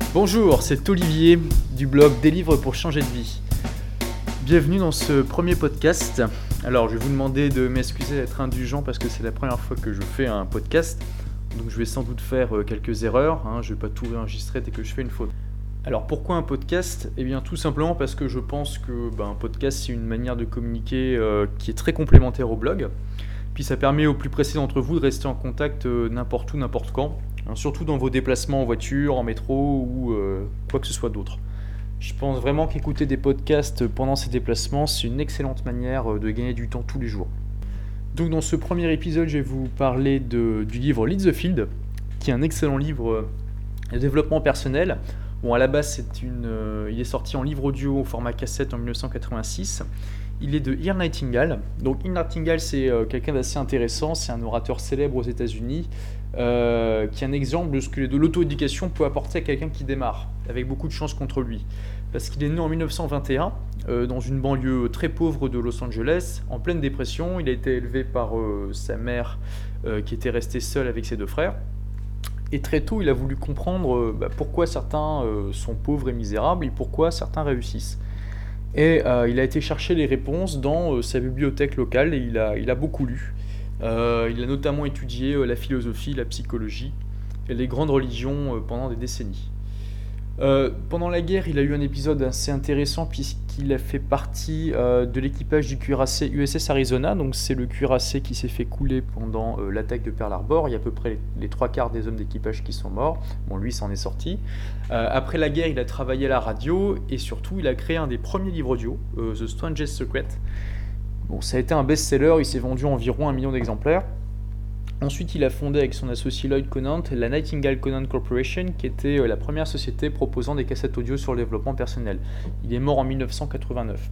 Bonjour, c'est Olivier du blog Des livres pour changer de vie. Bienvenue dans ce premier podcast. Alors, je vais vous demander de m'excuser d'être indulgent parce que c'est la première fois que je fais un podcast. Donc, je vais sans doute faire quelques erreurs. Je ne vais pas tout réenregistrer dès que je fais une faute. Alors, pourquoi un podcast ? Eh bien, tout simplement parce que je pense que un podcast, c'est une manière de communiquer qui est très complémentaire au blog. Puis, ça permet aux plus pressés d'entre vous de rester en contact n'importe où, n'importe quand. Surtout dans vos déplacements en voiture, en métro ou quoi que ce soit d'autre. Je pense vraiment qu'écouter des podcasts pendant ces déplacements, c'est une excellente manière de gagner du temps tous les jours. Donc dans ce premier épisode, je vais vous parler du livre Lead the Field, qui est un excellent livre de développement personnel. Bon, à la base, il est sorti en livre audio au format cassette en 1986. Il est de Earl Nightingale. Donc Earl Nightingale, c'est quelqu'un d'assez intéressant. C'est un orateur célèbre aux États-Unis qui est un exemple de ce que de l'auto-éducation peut apporter à quelqu'un qui démarre, avec beaucoup de chance contre lui. Parce qu'il est né en 1921 dans une banlieue très pauvre de Los Angeles, en pleine dépression. Il a été élevé par sa mère qui était restée seule avec ses deux frères. Et très tôt, il a voulu comprendre pourquoi certains sont pauvres et misérables et pourquoi certains réussissent. Et il a été chercher les réponses dans sa bibliothèque locale et il a beaucoup lu. Il a notamment étudié la philosophie, la psychologie et les grandes religions pendant des décennies. Pendant la guerre, il a eu un épisode assez intéressant puisqu'il a fait partie de l'équipage du cuirassé USS Arizona. Donc c'est le cuirassé qui s'est fait couler pendant l'attaque de Pearl Harbor. Il y a à peu près les 3/4 des hommes d'équipage qui sont morts. Bon, lui s'en est sorti. Après la guerre, il a travaillé à la radio et surtout il a créé un des premiers livres audio, The Strangest Secret. Bon, ça a été un best-seller, il s'est vendu environ 1 million d'exemplaires. Ensuite, il a fondé avec son associé Lloyd Conant la Nightingale Conant Corporation, qui était la première société proposant des cassettes audio sur le développement personnel. Il est mort en 1989.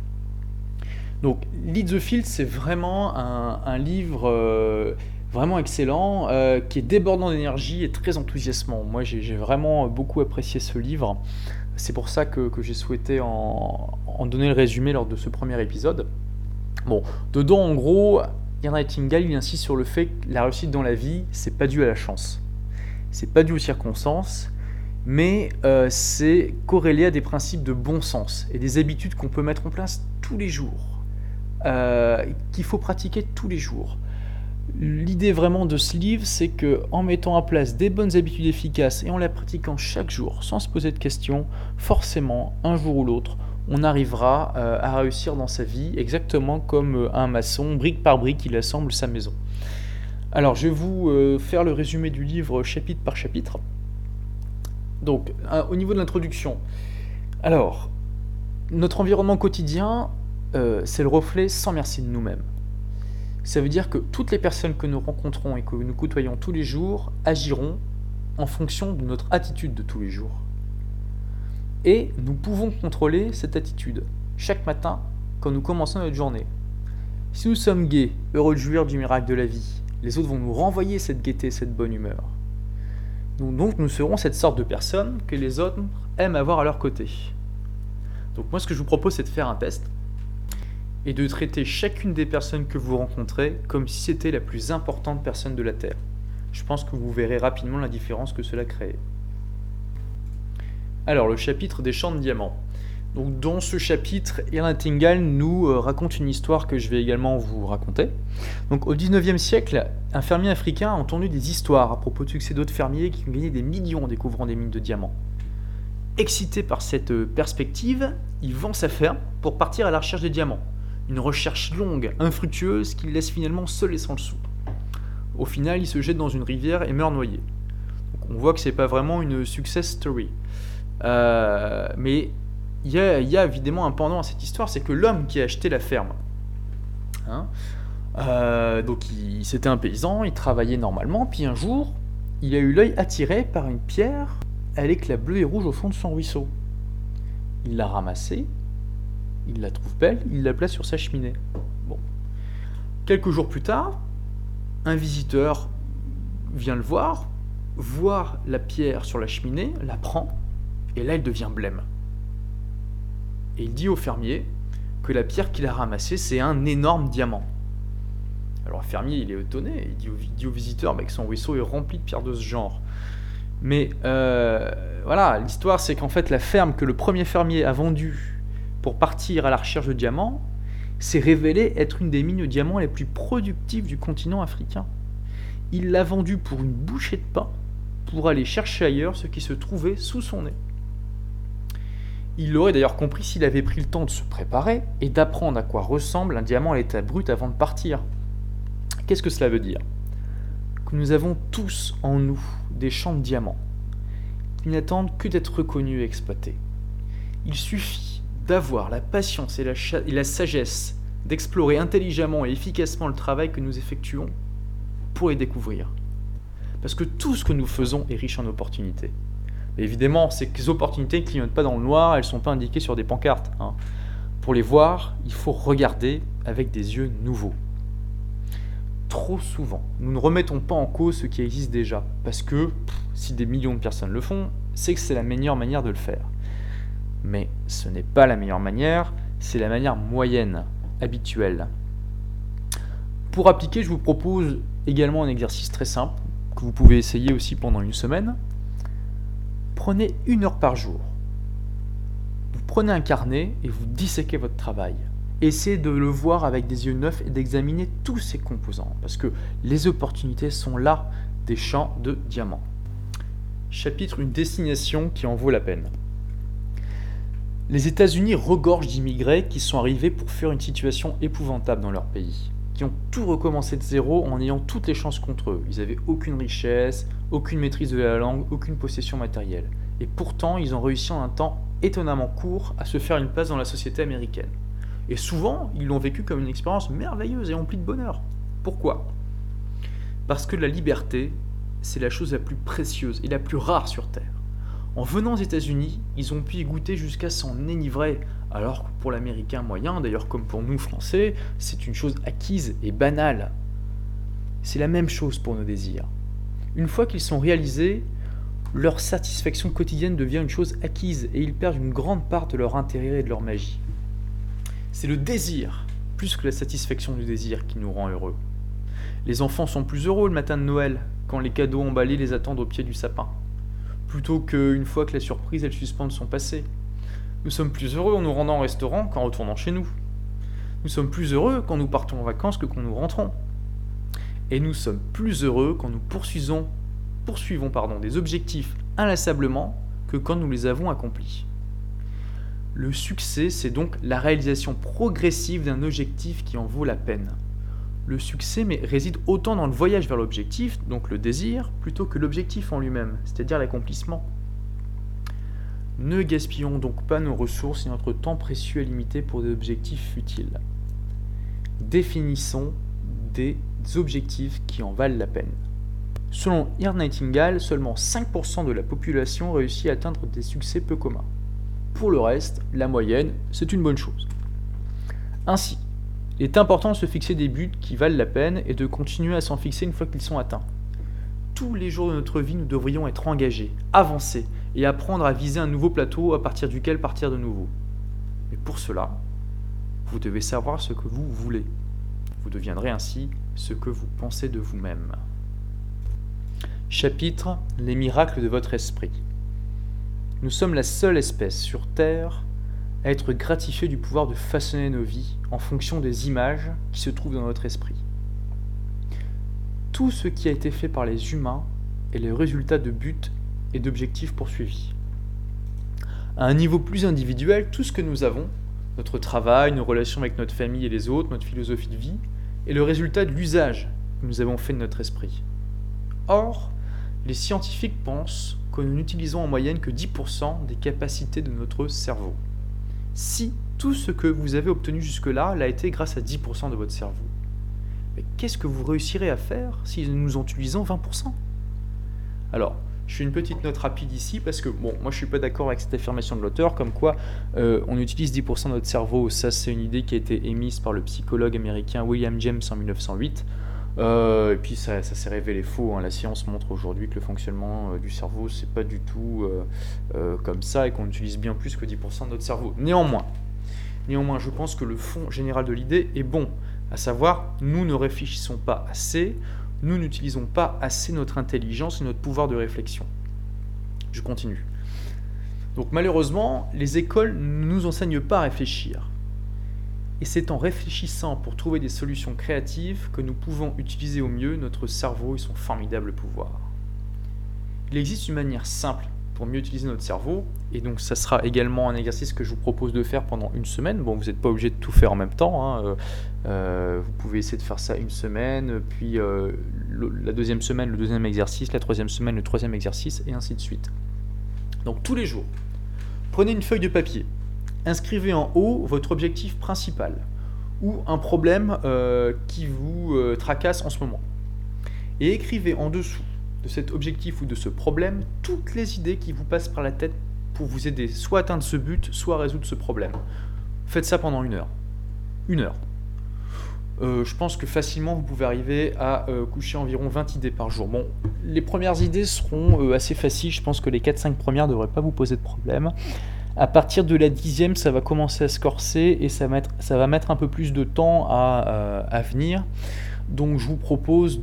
Donc, Lead the Field, c'est vraiment un livre vraiment excellent, qui est débordant d'énergie et très enthousiasmant. Moi, j'ai vraiment beaucoup apprécié ce livre. C'est pour ça que j'ai souhaité en donner le résumé lors de ce premier épisode. Bon, dedans, en gros, Earl Nightingale, il insiste sur le fait que la réussite dans la vie, c'est pas dû à la chance. C'est pas dû aux circonstances, mais c'est corrélé à des principes de bon sens et des habitudes qu'on peut mettre en place tous les jours, qu'il faut pratiquer tous les jours. L'idée vraiment de ce livre, c'est qu'en mettant en place des bonnes habitudes efficaces et en les pratiquant chaque jour, sans se poser de questions, forcément, un jour ou l'autre, on arrivera à réussir dans sa vie, exactement comme un maçon, brique par brique, il assemble sa maison. Alors, je vais vous faire le résumé du livre chapitre par chapitre. Donc, au niveau de l'introduction, alors, notre environnement quotidien, c'est le reflet sans merci de nous-mêmes. Ça veut dire que toutes les personnes que nous rencontrons et que nous côtoyons tous les jours agiront en fonction de notre attitude de tous les jours. Et nous pouvons contrôler cette attitude chaque matin quand nous commençons notre journée. Si nous sommes gais, heureux de jouir du miracle de la vie, les autres vont nous renvoyer cette gaieté, cette bonne humeur. Donc nous serons cette sorte de personnes que les autres aiment avoir à leur côté. Donc moi ce que je vous propose c'est de faire un test et de traiter chacune des personnes que vous rencontrez comme si c'était la plus importante personne de la Terre. Je pense que vous verrez rapidement la différence que cela crée. Alors, le chapitre des champs de diamants. Donc, dans ce chapitre, Earl Nightingale nous raconte une histoire que je vais également vous raconter. Donc, au 19e siècle, un fermier africain a entendu des histoires à propos de succès d'autres fermiers qui ont gagné des millions en découvrant des mines de diamants. Excité par cette perspective, il vend sa ferme pour partir à la recherche des diamants. Une recherche longue, infructueuse, qui le laisse finalement seul et sans le sou. Au final, il se jette dans une rivière et meurt noyé. Donc, on voit que c'est pas vraiment une success story. Mais il y a évidemment un pendant à cette histoire, c'est que l'homme qui a acheté la ferme, donc c'était un paysan, il travaillait normalement, puis un jour, il a eu l'œil attiré par une pierre à l'éclat bleu et rouge au fond de son ruisseau. Il l'a ramassée, il la trouve belle, il la place sur sa cheminée. Bon. Quelques jours plus tard, un visiteur vient le voir la pierre sur la cheminée, la prend, et là, elle devient blême. Et il dit au fermier que la pierre qu'il a ramassée, c'est un énorme diamant. Alors le fermier, il est étonné, il dit au visiteur que son ruisseau est rempli de pierres de ce genre. Mais voilà, l'histoire c'est qu'en fait la ferme que le premier fermier a vendue pour partir à la recherche de diamants s'est révélée être une des mines de diamants les plus productives du continent africain. Il l'a vendue pour une bouchée de pain pour aller chercher ailleurs ce qui se trouvait sous son nez. Il l'aurait d'ailleurs compris s'il avait pris le temps de se préparer et d'apprendre à quoi ressemble un diamant à l'état brut avant de partir. Qu'est-ce que cela veut dire ? Que nous avons tous en nous des champs de diamants qui n'attendent que d'être reconnus et exploités. Il suffit d'avoir la patience et la sagesse d'explorer intelligemment et efficacement le travail que nous effectuons pour les découvrir. Parce que tout ce que nous faisons est riche en opportunités. Mais évidemment, ces opportunités ne clignotent pas dans le noir, elles ne sont pas indiquées sur des pancartes. Pour les voir, il faut regarder avec des yeux nouveaux. Trop souvent, nous ne remettons pas en cause ce qui existe déjà, parce que si des millions de personnes le font, c'est que c'est la meilleure manière de le faire. Mais ce n'est pas la meilleure manière, c'est la manière moyenne, habituelle. Pour appliquer, je vous propose également un exercice très simple, que vous pouvez essayer aussi pendant une semaine. Prenez 1 heure par jour. Vous prenez un carnet et vous disséquez votre travail. Essayez de le voir avec des yeux neufs et d'examiner tous ses composants, parce que les opportunités sont là, des champs de diamants. Chapitre, une destination qui en vaut la peine. Les États-Unis regorgent d'immigrés qui sont arrivés pour faire une situation épouvantable dans leur pays, qui ont tout recommencé de zéro en ayant toutes les chances contre eux. Ils n'avaient aucune richesse, aucune maîtrise de la langue, aucune possession matérielle. Et pourtant, ils ont réussi en un temps étonnamment court à se faire une place dans la société américaine. Et souvent, ils l'ont vécu comme une expérience merveilleuse et emplie de bonheur. Pourquoi ? Parce que la liberté, c'est la chose la plus précieuse et la plus rare sur Terre. En venant aux États-Unis, ils ont pu y goûter jusqu'à s'en enivrer, alors que pour l'Américain moyen, d'ailleurs comme pour nous Français, c'est une chose acquise et banale. C'est la même chose pour nos désirs. Une fois qu'ils sont réalisés, leur satisfaction quotidienne devient une chose acquise et ils perdent une grande part de leur intérêt et de leur magie. C'est le désir, plus que la satisfaction du désir, qui nous rend heureux. Les enfants sont plus heureux le matin de Noël, quand les cadeaux emballés les attendent au pied du sapin, plutôt qu'une fois que la surprise et le suspense sont passés. Nous sommes plus heureux en nous rendant au restaurant qu'en retournant chez nous. Nous sommes plus heureux quand nous partons en vacances que quand nous rentrons. Et nous sommes plus heureux quand nous poursuivons des objectifs inlassablement que quand nous les avons accomplis. Le succès, c'est donc la réalisation progressive d'un objectif qui en vaut la peine. Le succès réside autant dans le voyage vers l'objectif, donc le désir, plutôt que l'objectif en lui-même, c'est-à-dire l'accomplissement. Ne gaspillons donc pas nos ressources et notre temps précieux et limité pour des objectifs futiles. Définissons des objectifs qui en valent la peine. Selon Earl Nightingale, seulement 5% de la population réussit à atteindre des succès peu communs. Pour le reste, la moyenne, c'est une bonne chose. Ainsi, il est important de se fixer des buts qui valent la peine et de continuer à s'en fixer une fois qu'ils sont atteints. Tous les jours de notre vie, nous devrions être engagés, avancer et apprendre à viser un nouveau plateau à partir duquel partir de nouveau. Mais pour cela, vous devez savoir ce que vous voulez. Vous deviendrez ainsi ce que vous pensez de vous-même. Chapitre : les miracles de votre esprit. Nous sommes la seule espèce sur Terre à être gratifiée du pouvoir de façonner nos vies en fonction des images qui se trouvent dans notre esprit. Tout ce qui a été fait par les humains est le résultat de buts et d'objectifs poursuivis. À un niveau plus individuel, tout ce que nous avons, notre travail, nos relations avec notre famille et les autres, notre philosophie de vie, est le résultat de l'usage que nous avons fait de notre esprit. Or, les scientifiques pensent que nous n'utilisons en moyenne que 10% des capacités de notre cerveau. Si tout ce que vous avez obtenu jusque-là l'a été grâce à 10% de votre cerveau, mais qu'est-ce que vous réussirez à faire si nous en utilisons 20%? Alors, je fais une petite note rapide ici parce que, moi je ne suis pas d'accord avec cette affirmation de l'auteur, comme quoi on utilise 10% de notre cerveau. Ça, c'est une idée qui a été émise par le psychologue américain William James en 1908. Et puis ça s'est révélé faux. La science montre aujourd'hui que le fonctionnement du cerveau, c'est pas du tout comme ça et qu'on utilise bien plus que 10% de notre cerveau. Néanmoins, je pense que le fond général de l'idée est bon, à savoir, nous ne réfléchissons pas assez, nous n'utilisons pas assez notre intelligence et notre pouvoir de réflexion. Je continue. Donc malheureusement, les écoles ne nous enseignent pas à réfléchir. Et c'est en réfléchissant pour trouver des solutions créatives que nous pouvons utiliser au mieux notre cerveau et son formidable pouvoir. Il existe une manière simple pour mieux utiliser notre cerveau, et donc ça sera également un exercice que je vous propose de faire pendant une semaine. Bon, vous n'êtes pas obligé de tout faire en même temps, hein. Vous pouvez essayer de faire ça une semaine, puis la deuxième semaine, le deuxième exercice, la troisième semaine, le troisième exercice, et ainsi de suite. Donc tous les jours, prenez une feuille de papier, inscrivez en haut votre objectif principal, ou un problème qui vous tracasse en ce moment, et écrivez en dessous de cet objectif ou de ce problème toutes les idées qui vous passent par la tête pour vous aider soit à atteindre ce but, soit à résoudre ce problème. Faites ça pendant 1 heure. 1 heure. Je pense que facilement vous pouvez arriver à coucher environ 20 idées par jour. Bon, les premières idées seront assez faciles, je pense que les 4-5 premières ne devraient pas vous poser de problème. À partir de la 10e, ça va commencer à se corser et ça va mettre un peu plus de temps à venir. Donc je vous propose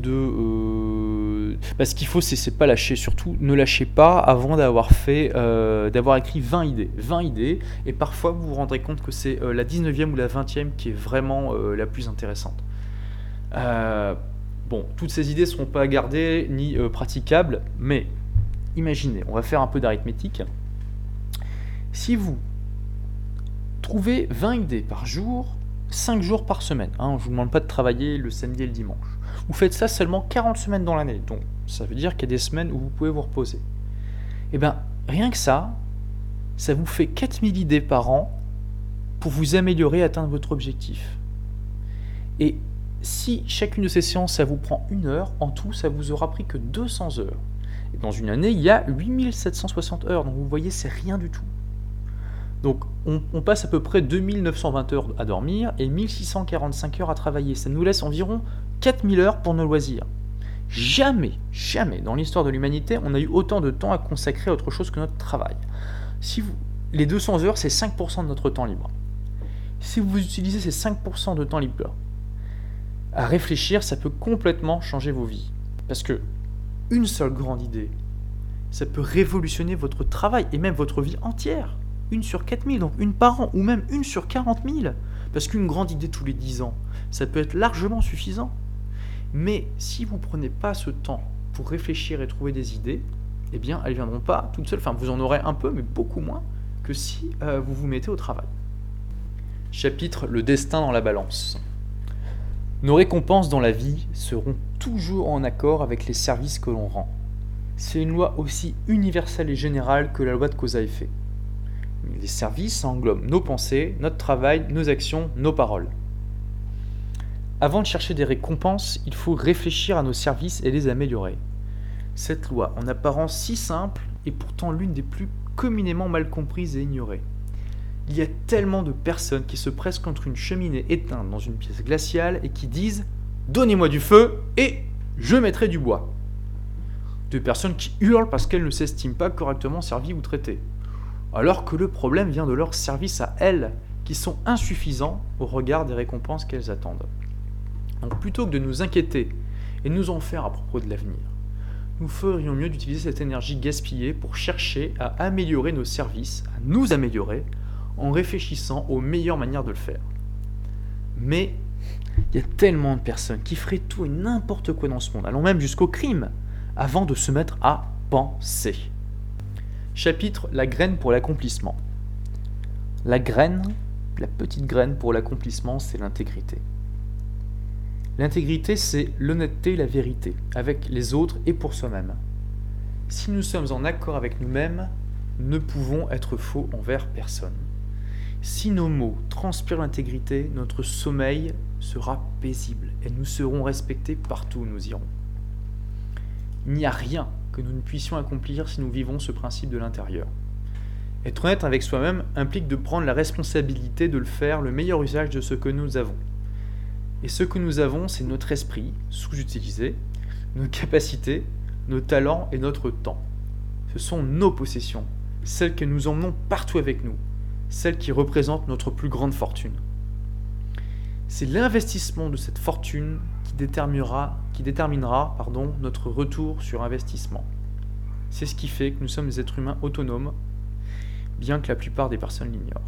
ce qu'il faut, c'est pas lâcher. Surtout, ne lâchez pas avant d'avoir écrit 20 idées. 20 idées, et parfois vous vous rendrez compte que c'est la 19e ou la 20e qui est vraiment la plus intéressante. Toutes ces idées ne seront pas gardées ni praticables, mais imaginez, on va faire un peu d'arithmétique. Si vous trouvez 20 idées par jour, 5 jours par semaine, je ne vous demande pas de travailler le samedi et le dimanche. Vous faites ça seulement 40 semaines dans l'année, donc ça veut dire qu'il y a des semaines où vous pouvez vous reposer. Et bien, rien que ça vous fait 4000 idées par an pour vous améliorer et atteindre votre objectif. Et si chacune de ces séances, ça vous prend 1 heure, en tout, ça vous aura pris que 200 heures. Et dans une année, il y a 8760 heures, donc vous voyez, c'est rien du tout. Donc on passe à peu près 2920 heures à dormir et 1645 heures à travailler. Ça nous laisse environ 4000 heures pour nos loisirs. Jamais dans l'histoire de l'humanité, on a eu autant de temps à consacrer à autre chose que notre travail. Les 200 heures, c'est 5% de notre temps libre. Si vous utilisez ces 5% de temps libre à réfléchir, ça peut complètement changer vos vies. Parce que une seule grande idée, ça peut révolutionner votre travail et même votre vie entière. 1 sur 4000, donc 1 par an, ou même 1 sur 40 000. Parce qu'une grande idée tous les 10 ans, ça peut être largement suffisant. Mais si vous ne prenez pas ce temps pour réfléchir et trouver des idées, eh bien, elles ne viendront pas toutes seules. Enfin, vous en aurez un peu, mais beaucoup moins que si vous vous mettez au travail. Chapitre Le destin dans la balance. Nos récompenses dans la vie seront toujours en accord avec les services que l'on rend. C'est une loi aussi universelle et générale que la loi de cause à effet. Les services englobent nos pensées, notre travail, nos actions, nos paroles. Avant de chercher des récompenses, il faut réfléchir à nos services et les améliorer. Cette loi, en apparence si simple, est pourtant l'une des plus communément mal comprises et ignorées. Il y a tellement de personnes qui se pressent contre une cheminée éteinte dans une pièce glaciale et qui disent « Donnez-moi du feu et je mettrai du bois ». De personnes qui hurlent parce qu'elles ne s'estiment pas correctement servies ou traitées. Alors que le problème vient de leurs services à elles, qui sont insuffisants au regard des récompenses qu'elles attendent. Donc plutôt que de nous inquiéter et nous en faire à propos de l'avenir, nous ferions mieux d'utiliser cette énergie gaspillée pour chercher à améliorer nos services, à nous améliorer, en réfléchissant aux meilleures manières de le faire. Mais il y a tellement de personnes qui feraient tout et n'importe quoi dans ce monde, allant même jusqu'au crime, avant de se mettre à penser. Chapitre La graine pour l'accomplissement. La graine, la petite graine pour l'accomplissement, c'est l'intégrité. L'intégrité, c'est l'honnêteté et la vérité, avec les autres et pour soi-même. Si nous sommes en accord avec nous-mêmes, nous ne pouvons être faux envers personne. Si nos mots transpirent l'intégrité, notre sommeil sera paisible et nous serons respectés partout où nous irons. Il n'y a rien que nous ne puissions accomplir si nous vivons ce principe de l'intérieur. Être honnête avec soi-même implique de prendre la responsabilité de le faire le meilleur usage de ce que nous avons. Et ce que nous avons, c'est notre esprit, sous-utilisé, nos capacités, nos talents et notre temps. Ce sont nos possessions, celles que nous emmenons partout avec nous, celles qui représentent notre plus grande fortune. C'est l'investissement de cette fortune qui déterminera notre retour sur investissement. C'est ce qui fait que nous sommes des êtres humains autonomes, bien que la plupart des personnes l'ignorent.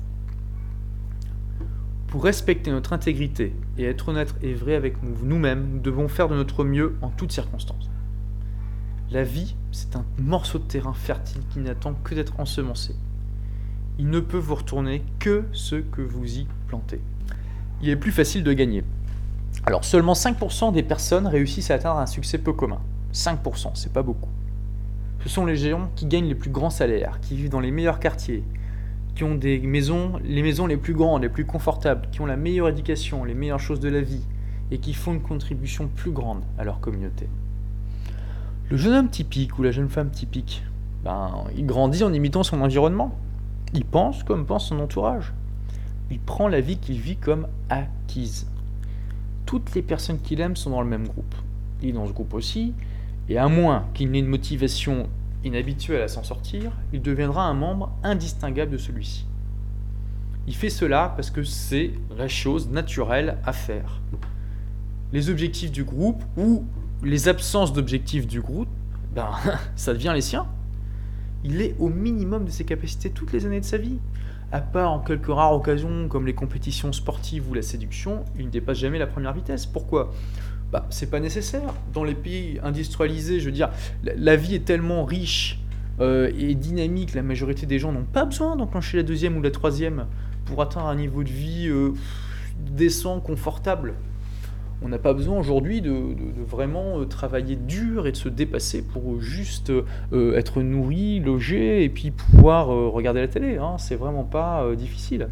Pour respecter notre intégrité et être honnête et vrai avec nous-mêmes, nous devons faire de notre mieux en toutes circonstances. La vie, c'est un morceau de terrain fertile qui n'attend que d'être ensemencé. Il ne peut vous retourner que ce que vous y plantez. Il est plus facile de gagner. Alors, seulement 5% des personnes réussissent à atteindre un succès peu commun. 5%, c'est pas beaucoup. Ce sont les géants qui gagnent les plus grands salaires, qui vivent dans les meilleurs quartiers, qui ont les maisons les plus grandes, les plus confortables, qui ont la meilleure éducation, les meilleures choses de la vie, et qui font une contribution plus grande à leur communauté. Le jeune homme typique ou la jeune femme typique, il grandit en imitant son environnement. Il pense comme pense son entourage. Il prend la vie qu'il vit comme acquise. Toutes les personnes qu'il aime sont dans le même groupe. Il est dans ce groupe aussi, et à moins qu'il n'ait une motivation inhabituel à s'en sortir, il deviendra un membre indistinguable de celui-ci. Il fait cela parce que c'est la chose naturelle à faire. Les objectifs du groupe ou les absences d'objectifs du groupe, ça devient les siens. Il est au minimum de ses capacités toutes les années de sa vie. À part en quelques rares occasions comme les compétitions sportives ou la séduction, il ne dépasse jamais la première vitesse. Pourquoi ? C'est pas nécessaire. Dans les pays industrialisés, je veux dire, la vie est tellement riche et dynamique, la majorité des gens n'ont pas besoin d'enclencher la deuxième ou la troisième pour atteindre un niveau de vie décent, confortable. On n'a pas besoin aujourd'hui de vraiment travailler dur et de se dépasser pour juste être nourri, logé et puis pouvoir regarder la télé. C'est vraiment pas difficile.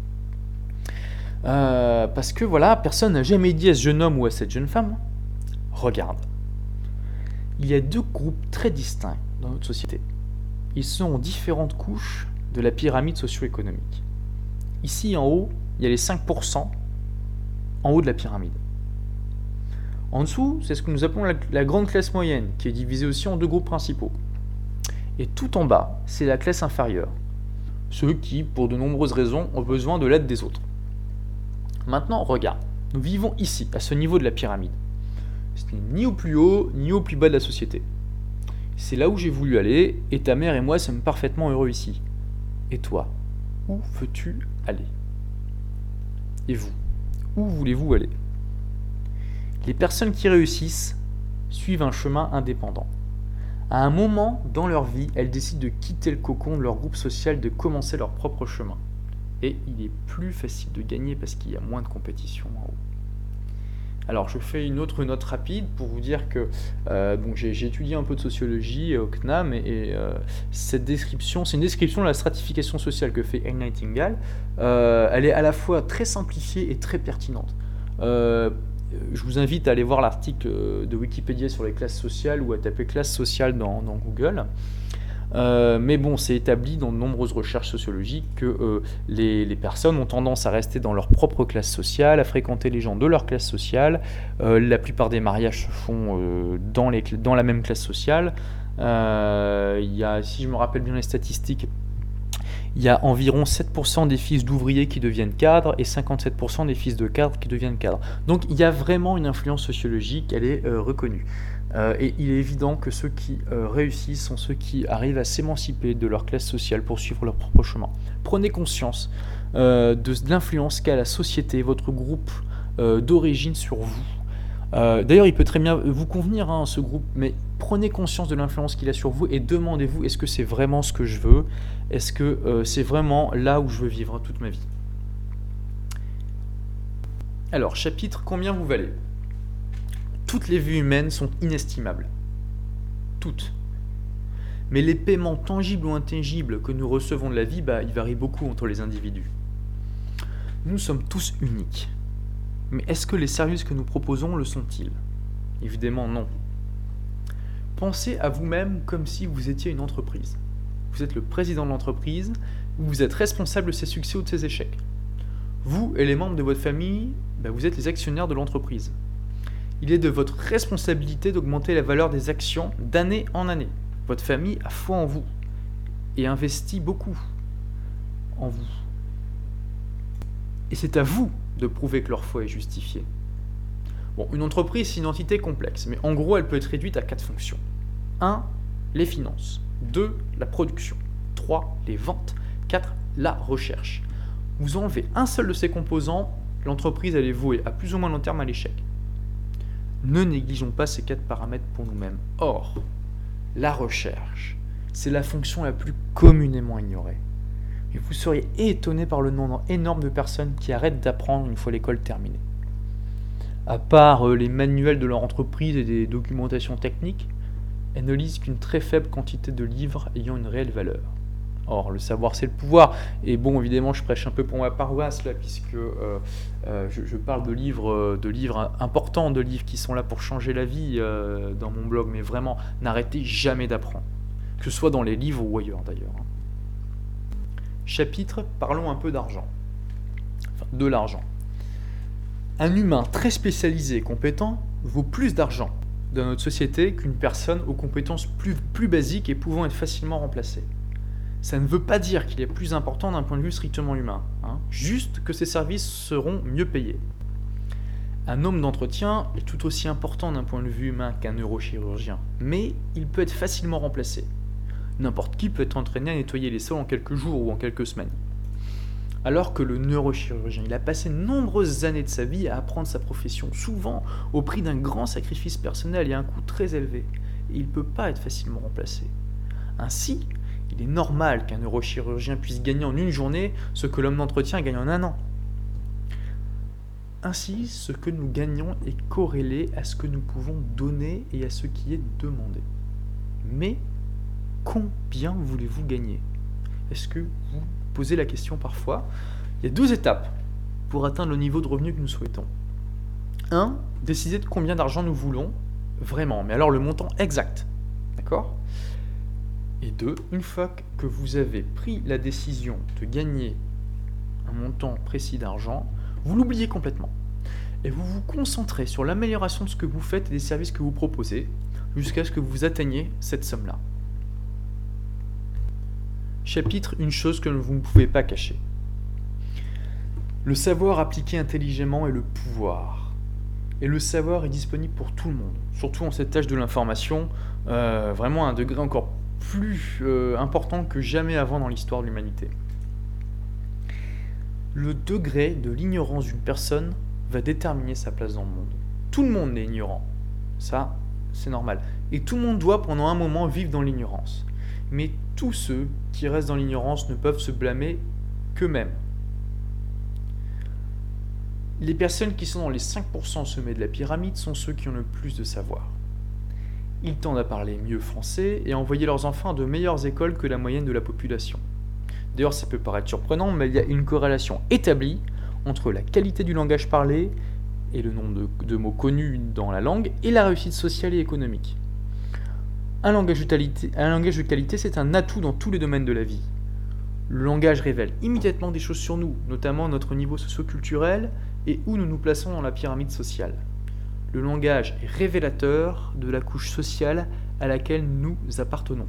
Parce que personne n'a jamais dit à ce jeune homme ou à cette jeune femme, regarde, il y a deux groupes très distincts dans notre société. Ils sont en différentes couches de la pyramide socio-économique. Ici en haut, il y a les 5% en haut de la pyramide. En dessous, c'est ce que nous appelons la grande classe moyenne, qui est divisée aussi en deux groupes principaux. Et tout en bas, c'est la classe inférieure, ceux qui, pour de nombreuses raisons, ont besoin de l'aide des autres. Maintenant, regarde, nous vivons ici, à ce niveau de la pyramide. Ce n'est ni au plus haut, ni au plus bas de la société. C'est là où j'ai voulu aller, et ta mère et moi sommes parfaitement heureux ici. Et toi, où veux-tu aller ? Et vous, où voulez-vous aller ? Les personnes qui réussissent suivent un chemin indépendant. À un moment dans leur vie, elles décident de quitter le cocon de leur groupe social, de commencer leur propre chemin. Et il est plus facile de gagner parce qu'il y a moins de compétition en haut. Alors je fais une autre note rapide pour vous dire que j'ai étudié un peu de sociologie au CNAM et cette description, c'est une description de la stratification sociale que fait Anne Nightingale. Elle est à la fois très simplifiée et très pertinente. Je vous invite à aller voir l'article de Wikipédia sur les classes sociales ou à taper classe sociale dans Google. Mais bon, c'est établi dans de nombreuses recherches sociologiques que les personnes ont tendance à rester dans leur propre classe sociale, à fréquenter les gens de leur classe sociale. La plupart des mariages se font dans la même classe sociale. Si je me rappelle bien les statistiques, il y a environ 7% des fils d'ouvriers qui deviennent cadres et 57% des fils de cadres qui deviennent cadres. Donc il y a vraiment une influence sociologique, elle est reconnue. Et il est évident que ceux qui réussissent sont ceux qui arrivent à s'émanciper de leur classe sociale pour suivre leur propre chemin. Prenez conscience de l'influence qu'a la société, votre groupe d'origine sur vous. D'ailleurs, il peut très bien vous convenir, ce groupe, mais prenez conscience de l'influence qu'il a sur vous et demandez-vous, est-ce que c'est vraiment ce que je veux ? Est-ce que c'est vraiment là où je veux vivre toute ma vie ? Alors, chapitre, combien vous valez ? Toutes les vies humaines sont inestimables. Toutes. Mais les paiements tangibles ou intangibles que nous recevons de la vie, ils varient beaucoup entre les individus. Nous sommes tous uniques. Mais est-ce que les services que nous proposons le sont-ils ? Évidemment non. Pensez à vous-même comme si vous étiez une entreprise. Vous êtes le président de l'entreprise, vous êtes responsable de ses succès ou de ses échecs. Vous et les membres de votre famille, vous êtes les actionnaires de l'entreprise. Il est de votre responsabilité d'augmenter la valeur des actions d'année en année. Votre famille a foi en vous et investit beaucoup en vous. Et c'est à vous de prouver que leur foi est justifiée. Bon, une entreprise, c'est une entité complexe, mais en gros, elle peut être réduite à 4 fonctions. 1. les finances. 2, la production. 3, les ventes. 4, la recherche. Vous enlevez un seul de ces composants, l'entreprise elle est vouée à plus ou moins long terme à l'échec. Ne négligeons pas ces 4 paramètres pour nous-mêmes. Or, la recherche, c'est la fonction la plus communément ignorée. Et vous seriez étonné par le nombre énorme de personnes qui arrêtent d'apprendre une fois l'école terminée. À part les manuels de leur entreprise et des documentations techniques, elles ne lisent qu'une très faible quantité de livres ayant une réelle valeur. Or, le savoir, c'est le pouvoir. Et bon, évidemment, je prêche un peu pour ma paroisse, là, puisque je parle de livres importants, de livres qui sont là pour changer la vie dans mon blog. Mais vraiment, n'arrêtez jamais d'apprendre. Que ce soit dans les livres ou ailleurs, d'ailleurs. Chapitre, parlons un peu d'argent. Enfin, de l'argent. Un humain très spécialisé et compétent vaut plus d'argent dans notre société qu'une personne aux compétences plus basiques et pouvant être facilement remplacées. Ça ne veut pas dire qu'il est plus important d'un point de vue strictement humain, juste que ses services seront mieux payés. Un homme d'entretien est tout aussi important d'un point de vue humain qu'un neurochirurgien, mais il peut être facilement remplacé. N'importe qui peut être entraîné à nettoyer les sols en quelques jours ou en quelques semaines. Alors que le neurochirurgien, il a passé de nombreuses années de sa vie à apprendre sa profession, souvent au prix d'un grand sacrifice personnel et à un coût très élevé, et il ne peut pas être facilement remplacé. Ainsi, il est normal qu'un neurochirurgien puisse gagner en une journée ce que l'homme d'entretien gagne en un an. Ainsi, ce que nous gagnons est corrélé à ce que nous pouvons donner et à ce qui est demandé. Mais combien voulez-vous gagner ? Est-ce que vous posez la question parfois ? Il y a 2 étapes pour atteindre le niveau de revenu que nous souhaitons. 1. Décider de combien d'argent nous voulons vraiment, mais alors le montant exact. D'accord ? Et 2. Une fois que vous avez pris la décision de gagner un montant précis d'argent, vous l'oubliez complètement. Et vous vous concentrez sur l'amélioration de ce que vous faites et des services que vous proposez, jusqu'à ce que vous atteigniez cette somme-là. Chapitre, une chose que vous ne pouvez pas cacher. Le savoir appliqué intelligemment est le pouvoir. Et le savoir est disponible pour tout le monde, surtout en cette âge de l'information, vraiment à un degré encore plus important que jamais avant dans l'histoire de l'humanité. Le degré de l'ignorance d'une personne va déterminer sa place dans le monde. Tout le monde est ignorant, ça c'est normal. Et tout le monde doit pendant un moment vivre dans l'ignorance. Mais tous ceux qui restent dans l'ignorance ne peuvent se blâmer qu'eux-mêmes. Les personnes qui sont dans les 5% sommets de la pyramide sont ceux qui ont le plus de savoir. Ils tendent à parler mieux français et à envoyer leurs enfants à de meilleures écoles que la moyenne de la population. D'ailleurs, ça peut paraître surprenant, mais il y a une corrélation établie entre la qualité du langage parlé et le nombre de mots connus dans la langue et la réussite sociale et économique. Un langage de qualité, c'est un atout dans tous les domaines de la vie. Le langage révèle immédiatement des choses sur nous, notamment notre niveau socio-culturel et où nous nous plaçons dans la pyramide sociale. Le langage est révélateur de la couche sociale à laquelle nous appartenons.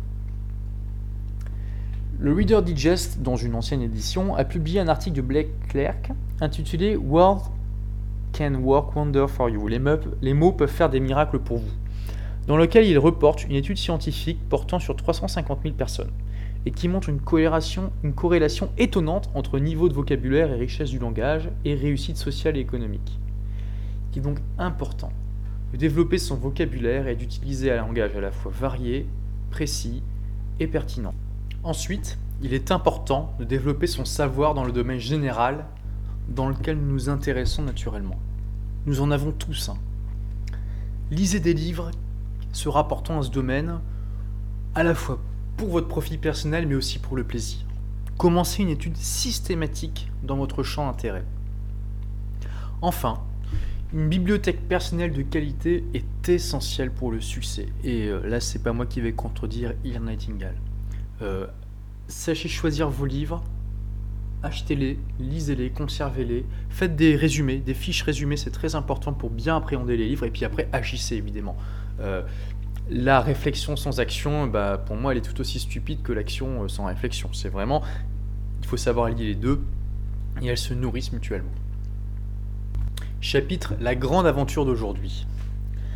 Le Reader Digest, dans une ancienne édition, a publié un article de Blake Clerk intitulé « Words can work wonder for you ». Les mots peuvent faire des miracles pour vous, dans lequel il reporte une étude scientifique portant sur 350 000 personnes et qui montre une corrélation étonnante entre niveau de vocabulaire et richesse du langage et réussite sociale et économique. Il est donc important de développer son vocabulaire et d'utiliser un langage à la fois varié, précis et pertinent. Ensuite, il est important de développer son savoir dans le domaine général dans lequel nous nous intéressons naturellement. Nous en avons tous un. Lisez des livres se rapportant à ce domaine, à la fois pour votre profit personnel mais aussi pour le plaisir. Commencez une étude systématique dans votre champ d'intérêt. Enfin, une bibliothèque personnelle de qualité est essentielle pour le succès. Et là, c'est pas moi qui vais contredire Earl Nightingale. Sachez choisir vos livres, achetez-les, lisez-les, conservez-les, faites des résumés, des fiches résumées, c'est très important pour bien appréhender les livres, et puis après agissez évidemment. La réflexion sans action, pour moi elle est tout aussi stupide que l'action sans réflexion. C'est vraiment, il faut savoir lier les deux, et elles se nourrissent mutuellement. Chapitre, la grande aventure d'aujourd'hui.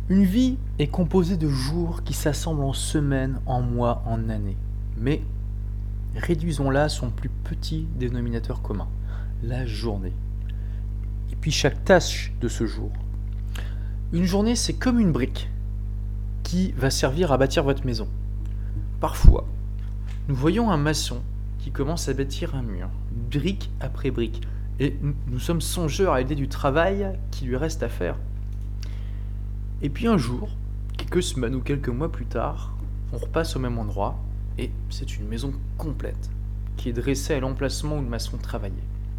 Une vie est composée de jours qui s'assemblent en semaines, en mois, en années. Mais réduisons-la à son plus petit dénominateur commun, la journée. Et puis chaque tâche de ce jour. Une journée, c'est comme une brique qui va servir à bâtir votre maison. Parfois, nous voyons un maçon qui commence à bâtir un mur, brique après brique, et nous sommes songeurs à l'idée du travail qui lui reste à faire. Et puis un jour, quelques semaines ou quelques mois plus tard, on repasse au même endroit, et c'est une maison complète, qui est dressée à l'emplacement où le maçon travaillait.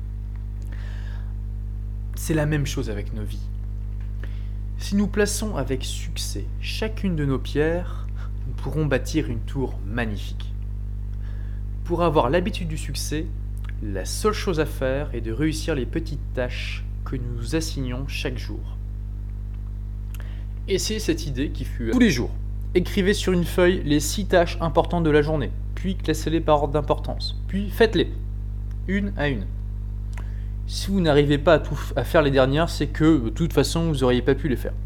C'est la même chose avec nos vies. Si nous plaçons avec succès chacune de nos pierres, nous pourrons bâtir une tour magnifique. Pour avoir l'habitude du succès, la seule chose à faire est de réussir les petites tâches que nous nous assignons chaque jour. Essayez cette idée qui fut tous les jours. Écrivez sur une feuille les 6 tâches importantes de la journée, puis classez-les par ordre d'importance, puis faites-les, une à une. Si vous n'arrivez pas à faire les dernières, c'est que de toute façon vous n'auriez pas pu les faire.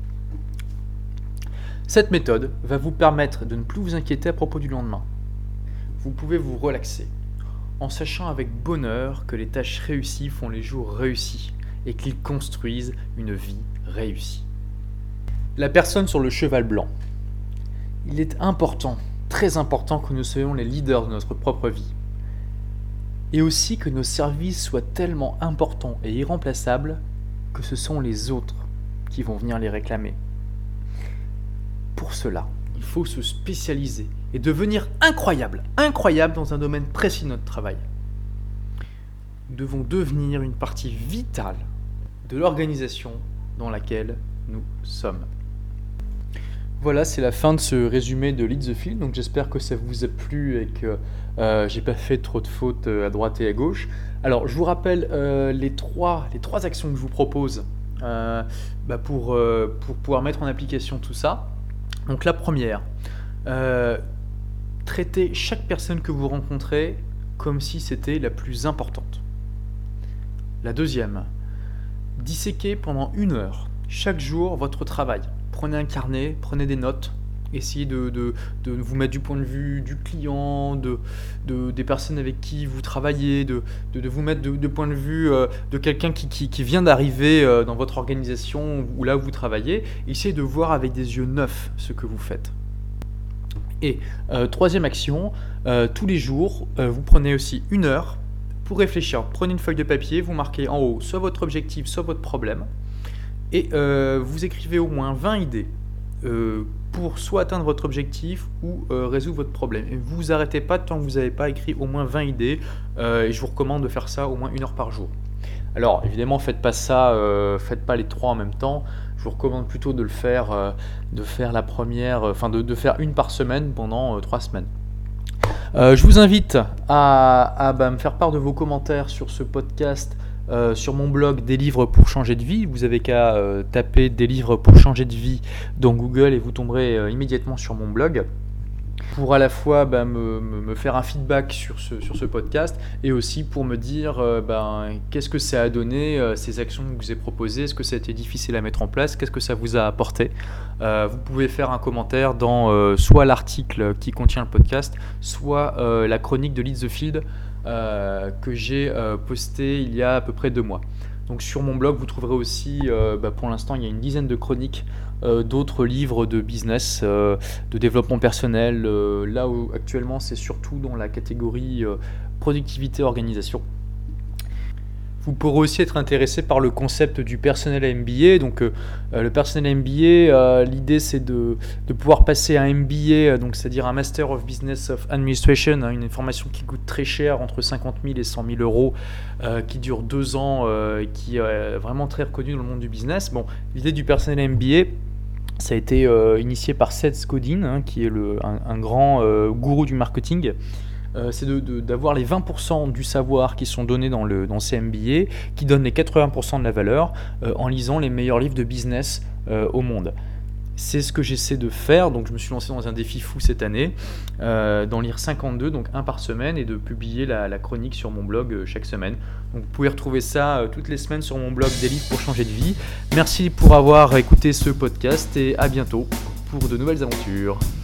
Cette méthode va vous permettre de ne plus vous inquiéter à propos du lendemain. Vous pouvez vous relaxer en sachant avec bonheur que les tâches réussies font les jours réussis et qu'ils construisent une vie réussie. La personne sur le cheval blanc. Il est important, très important que nous soyons les leaders de notre propre vie. Et aussi que nos services soient tellement importants et irremplaçables que ce sont les autres qui vont venir les réclamer. Pour cela, il faut se spécialiser et devenir incroyable dans un domaine précis de notre travail. Nous devons devenir une partie vitale de l'organisation dans laquelle nous sommes. Voilà, c'est la fin de ce résumé de Lead the Field. Donc j'espère que ça vous a plu et que j'ai pas fait trop de fautes à droite et à gauche. Alors je vous rappelle les trois actions que je vous propose pour pouvoir mettre en application tout ça. Donc la première, traitez chaque personne que vous rencontrez comme si c'était la plus importante. La deuxième, disséquez pendant 1 heure chaque jour votre travail. Prenez un carnet, prenez des notes, essayez de vous mettre du point de vue du client, des personnes avec qui vous travaillez, de vous mettre de point de vue de quelqu'un qui vient d'arriver dans votre organisation ou là où vous travaillez. Essayez de voir avec des yeux neufs ce que vous faites. Et troisième action, tous les jours, vous prenez aussi 1 heure pour réfléchir. Prenez une feuille de papier, vous marquez en haut soit votre objectif, soit votre problème. Et vous écrivez au moins 20 idées pour soit atteindre votre objectif ou résoudre votre problème. Et vous vous arrêtez pas tant que vous n'avez pas écrit au moins 20 idées. Et je vous recommande de faire ça au moins 1 heure par jour. Alors évidemment, faites pas ça, faites pas les 3 en même temps. Je vous recommande plutôt de faire la première, de faire 1 par semaine pendant 3 semaines. Je vous invite à me faire part de vos commentaires sur ce podcast. Sur mon blog Des livres pour changer de vie, vous avez qu'à taper Des livres pour changer de vie dans Google et vous tomberez immédiatement sur mon blog pour à la fois me faire un feedback sur ce podcast et aussi pour me dire qu'est-ce que ça a donné, ces actions que je vous ai proposées, est-ce que ça a été difficile à mettre en place, qu'est-ce que ça vous a apporté. Vous pouvez faire un commentaire dans soit l'article qui contient le podcast, soit la chronique de Lead the Field que j'ai posté il y a à peu près 2 mois. Donc sur mon blog, vous trouverez aussi, pour l'instant, il y a une dizaine de chroniques d'autres livres de business, de développement personnel. Là où actuellement, c'est surtout dans la catégorie productivité organisation. Vous pourrez aussi être intéressé par le concept du personnel MBA. Donc, le personnel MBA, l'idée c'est de pouvoir passer un MBA, donc c'est-à-dire un Master of Business of Administration, une formation qui coûte très cher, entre 50 000 et 100 000 euros, qui dure 2 ans, et qui est vraiment très reconnue dans le monde du business. Bon, l'idée du personnel MBA, ça a été initié par Seth Godin, qui est un grand gourou du marketing. C'est d'avoir les 20% du savoir qui sont donnés dans ces MBA, qui donnent les 80% de la valeur en lisant les meilleurs livres de business au monde. C'est ce que j'essaie de faire, donc je me suis lancé dans un défi fou cette année, d'en lire 52, donc un par semaine, et de publier la chronique sur mon blog chaque semaine. Donc vous pouvez retrouver ça toutes les semaines sur mon blog Des livres pour changer de vie. Merci pour avoir écouté ce podcast et à bientôt pour de nouvelles aventures.